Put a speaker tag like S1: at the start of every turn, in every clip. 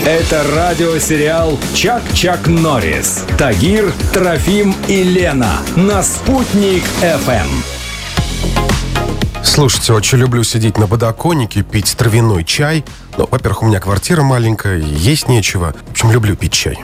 S1: Это радиосериал «Чак-Чак Норрис». Тагир, Трофим и Лена на «Спутник FM».
S2: Слушайте, очень люблю сидеть на подоконнике, пить травяной чай. Ну, во-первых, у меня квартира маленькая, есть нечего. В общем, люблю пить чай.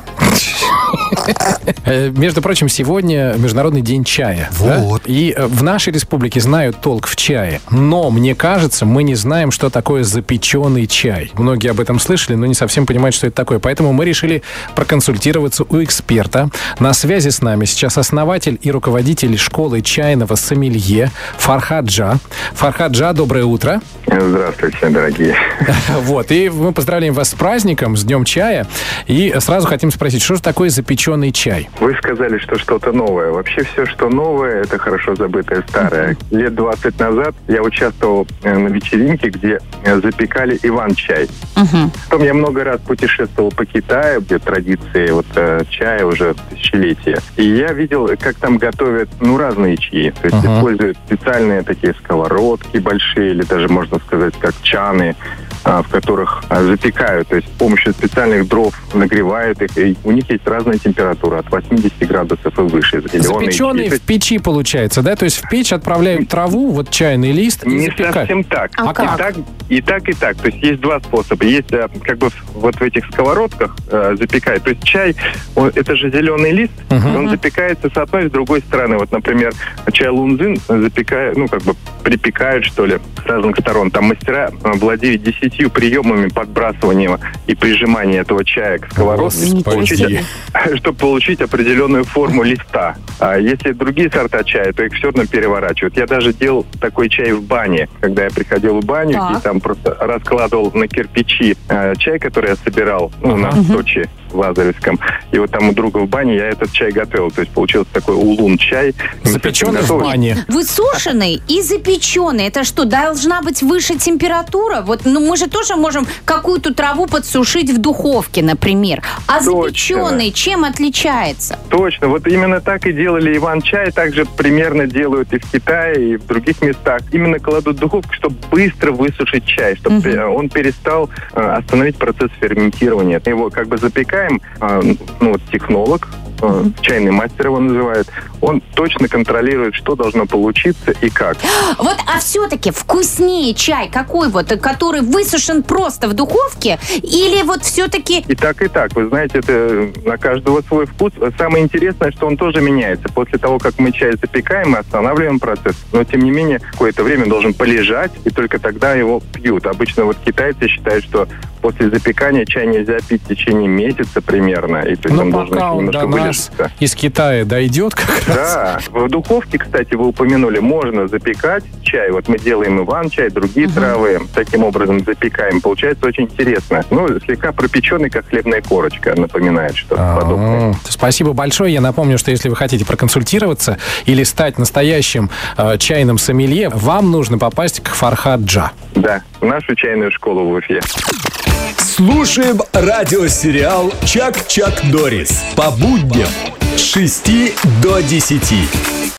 S3: Между прочим, сегодня Международный день чая.
S2: Вот.
S3: Да? И в нашей республике знают толк в чае. Но, мне кажется, мы не знаем, что такое запеченный чай. Многие об этом слышали, но не совсем понимают, что это такое. Поэтому мы решили проконсультироваться у эксперта. На связи с нами сейчас основатель и руководитель школы чайного сомелье Фархад Джа. Фархад Джа, доброе утро.
S4: Здравствуйте, дорогие.
S3: Вот, и мы поздравляем вас с праздником, с Днем чая. И сразу хотим спросить, что же такое запеченный чай?
S4: Вы сказали, что что-то новое. Вообще все, что новое, это хорошо забытое старое. Лет 20 назад я участвовал на вечеринке, где запекали иван-чай. Потом я много раз путешествовал по Китаю, где традиции чая уже тысячелетия. И я видел, как там готовят разные чаи. То есть используют специальные такие сковородки большие, или даже, можно сказать, как чаны, в которых запекают, то есть с помощью специальных дров нагревают их, и у них есть разная температура, от 80 градусов и выше.
S3: Запеченные в печи, получается, да? То есть в печь отправляют траву, чайный лист, и
S4: не
S3: запекают.
S4: совсем так.
S3: Как?
S4: И так. То есть есть два способа. Есть в этих сковородках запекают. То есть чай, это же зеленый лист, он запекается с одной и с другой стороны. Вот, например, чай лунзин запекают, припекают, что ли, с разных сторон. Там мастера владеют 10 приемами подбрасывания и прижимания этого чая к сковородке, чтобы получить определенную форму листа. А если другие сорта чая, то их все равно переворачивают. Я даже делал такой чай в бане, когда я приходил в баню и там просто раскладывал на кирпичи чай, который я собирал на Сочи, в Лазаревском. И вот там у друга в бане я этот чай готовил. То есть получился такой улун-чай.
S3: Запеченный в бане.
S5: Высушенный и запеченный. Это что, должна быть выше температура? Мы же тоже можем какую-то траву подсушить в духовке, например. А запеченный чем отличается?
S4: Точно. Вот именно так и делали иван-чай. Также примерно делают и в Китае, и в других местах. Именно кладут в духовку, чтобы быстро высушить чай, чтобы он перестал остановить процесс ферментирования. Его запекаем, технолог, чайный мастер его называют, он точно контролирует, что должно получиться и как.
S5: А все-таки вкуснее чай какой который высушен просто в духовке, или все-таки...
S4: И так. Вы знаете, это на каждого свой вкус. Самое интересное, что он тоже меняется. После того, как мы чай запекаем, мы останавливаем процесс. Но, тем не менее, какое-то время должен полежать, и только тогда его пьют. Обычно китайцы считают, что после запекания чай нельзя пить в течение месяца примерно. И то есть он должен немножко вылежаться.
S3: Из Китая дойдет как раз.
S4: Да. В духовке, кстати, вы упомянули, можно запекать чай. Мы делаем иван-чай, другие травы. Таким образом запекаем. Получается очень интересно. Слегка пропеченный, как хлебная корочка. Напоминает что-то подобное.
S3: Спасибо большое. Я напомню, что если вы хотите проконсультироваться или стать настоящим чайным сомелье, вам нужно попасть к Фархад Джа.
S4: Да, в нашу чайную школу в Уфе.
S1: Слушаем радиосериал «Чак-Чак Норрис» по будням с 6 до 10.